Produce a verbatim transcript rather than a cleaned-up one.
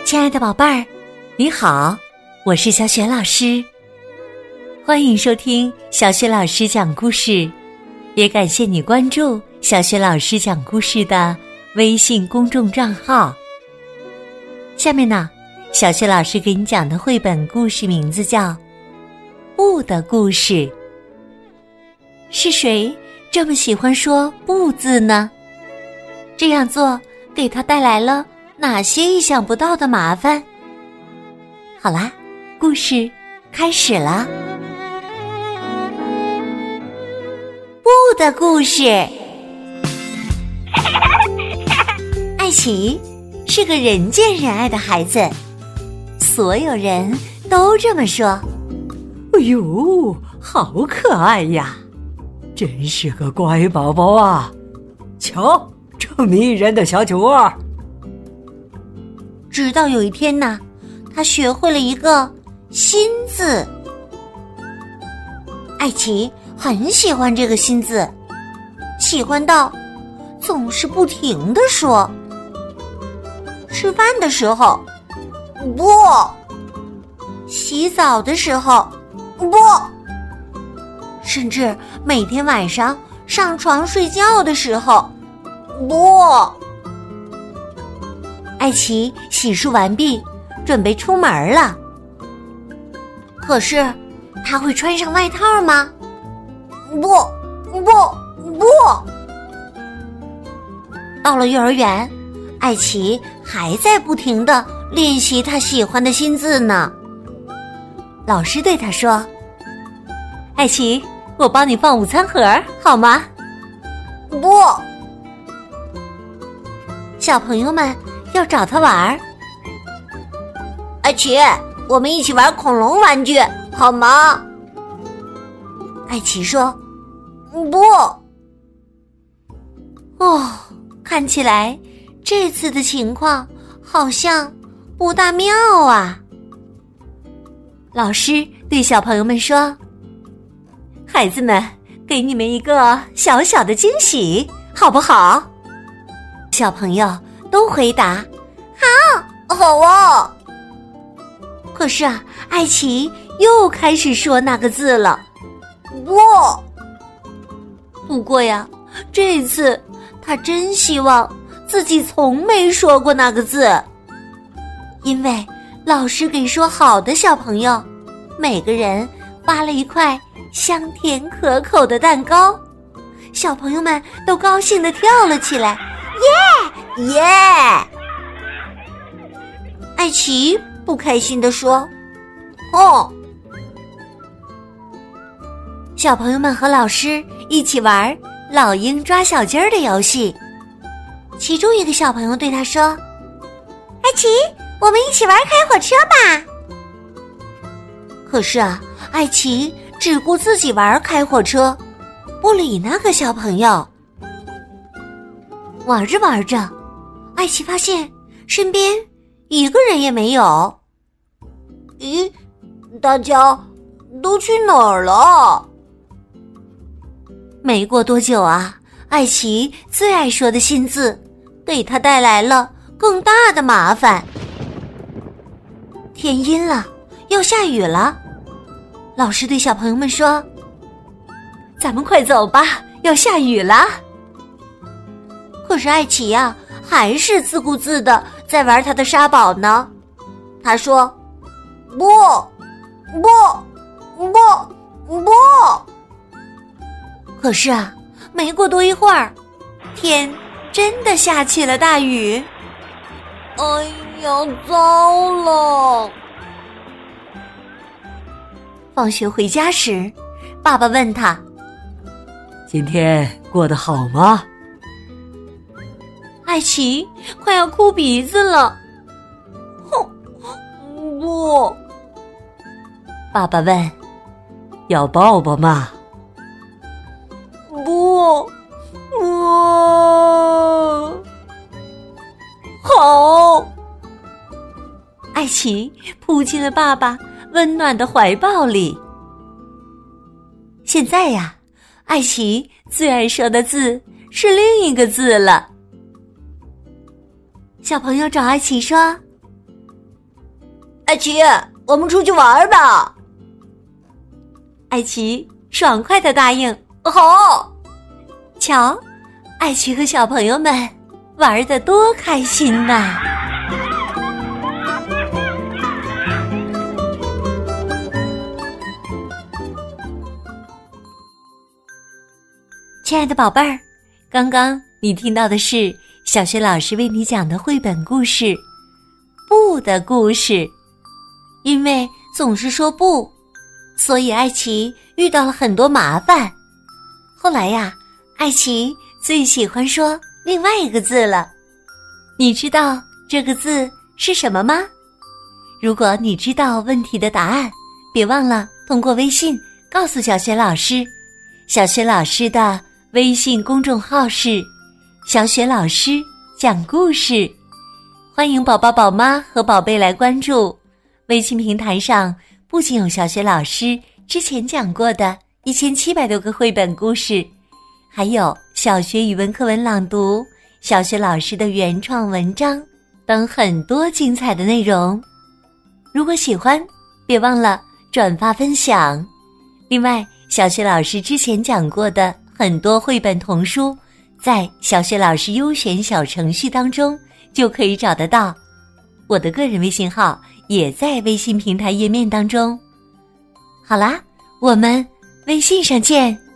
亲爱的宝贝儿，你好，我是小雪老师，欢迎收听小雪老师讲故事，也感谢你关注小雪老师讲故事的微信公众账号。下面呢，小雪老师给你讲的绘本故事名字叫《不的故事》。是谁这么喜欢说不字呢？这样做给他带来了哪些意想不到的麻烦？好啦，故事开始啦。不的故事。艾奇是个人见人爱的孩子，所有人都这么说。 哎呦，好可爱呀，真是个乖宝宝啊，瞧这迷人的小酒窝。 直到有一天呢，他学会了一个新字。艾奇很喜欢这个新字，喜欢到总是不停地说。吃饭的时候，不；洗澡的时候，不；甚至每天晚上上床睡觉的时候，不。艾奇洗漱完毕，准备出门了。可是他会穿上外套吗？不，不，不。到了幼儿园，艾奇还在不停地练习他喜欢的新字呢。老师对他说：“艾奇，我帮你放午餐盒，好吗？”不。小朋友们要找他玩。艾奇，我们一起玩恐龙玩具，好吗？艾奇说：“不。”哦，看起来这次的情况好像不大妙啊。老师对小朋友们说：“孩子们，给你们一个小小的惊喜，好不好？”小朋友都回答：“好，好啊。”可是啊，艾奇又开始说那个字了，不。不过呀，这次他真希望自己从没说过那个字，因为老师给说好的小朋友，每个人发了一块香甜可口的蛋糕，小朋友们都高兴地跳了起来，耶耶！艾奇不开心地说：“哦。”小朋友们和老师一起玩老鹰抓小鸡儿的游戏，其中一个小朋友对他说：“艾奇，我们一起玩开火车吧。”可是啊，艾奇只顾自己玩开火车，不理那个小朋友。玩着玩着，艾奇发现身边一个人也没有。咦，大家都去哪儿了？没过多久啊，艾奇最爱说的新字给他带来了更大的麻烦。天阴了，要下雨了。老师对小朋友们说：“咱们快走吧，要下雨了。”可是艾奇呀、啊，还是自顾自的在玩他的沙堡呢。他说：“不，不，不，不。”可是啊，没过多一会儿，天真的下起了大雨。哎呀，糟了！放学回家时，爸爸问他：“ 今天过得好吗？” 艾奇快要哭鼻子了。哼，不。爸爸问：“ 要抱抱吗？” 不，我好。艾奇扑进了爸爸温暖的怀抱里。现在呀，艾奇最爱说的字是另一个字了。小朋友找艾奇说：“ 艾奇，我们出去玩吧。 艾奇爽快地答应。 好。 瞧，艾奇和小朋友们玩得多开心呐！亲爱的宝贝儿，刚刚你听到的是小学老师为你讲的绘本故事《不的故事》。因为总是说不，所以艾奇遇到了很多麻烦。后来呀，艾奇最喜欢说另外一个字了。你知道这个字是什么吗？如果你知道问题的答案，别忘了通过微信告诉小雪老师。小雪老师的微信公众号是小雪老师讲故事，欢迎宝宝宝妈和宝贝来关注。微信平台上不仅有小雪老师之前讲过的一千七百多个绘本故事，还有小学语文课文朗读、小学老师的原创文章等很多精彩的内容。如果喜欢，别忘了转发分享。另外，小学老师之前讲过的很多绘本童书，在小学老师优选小程序当中就可以找得到。我的个人微信号也在微信平台页面当中。好啦，我们微信上见。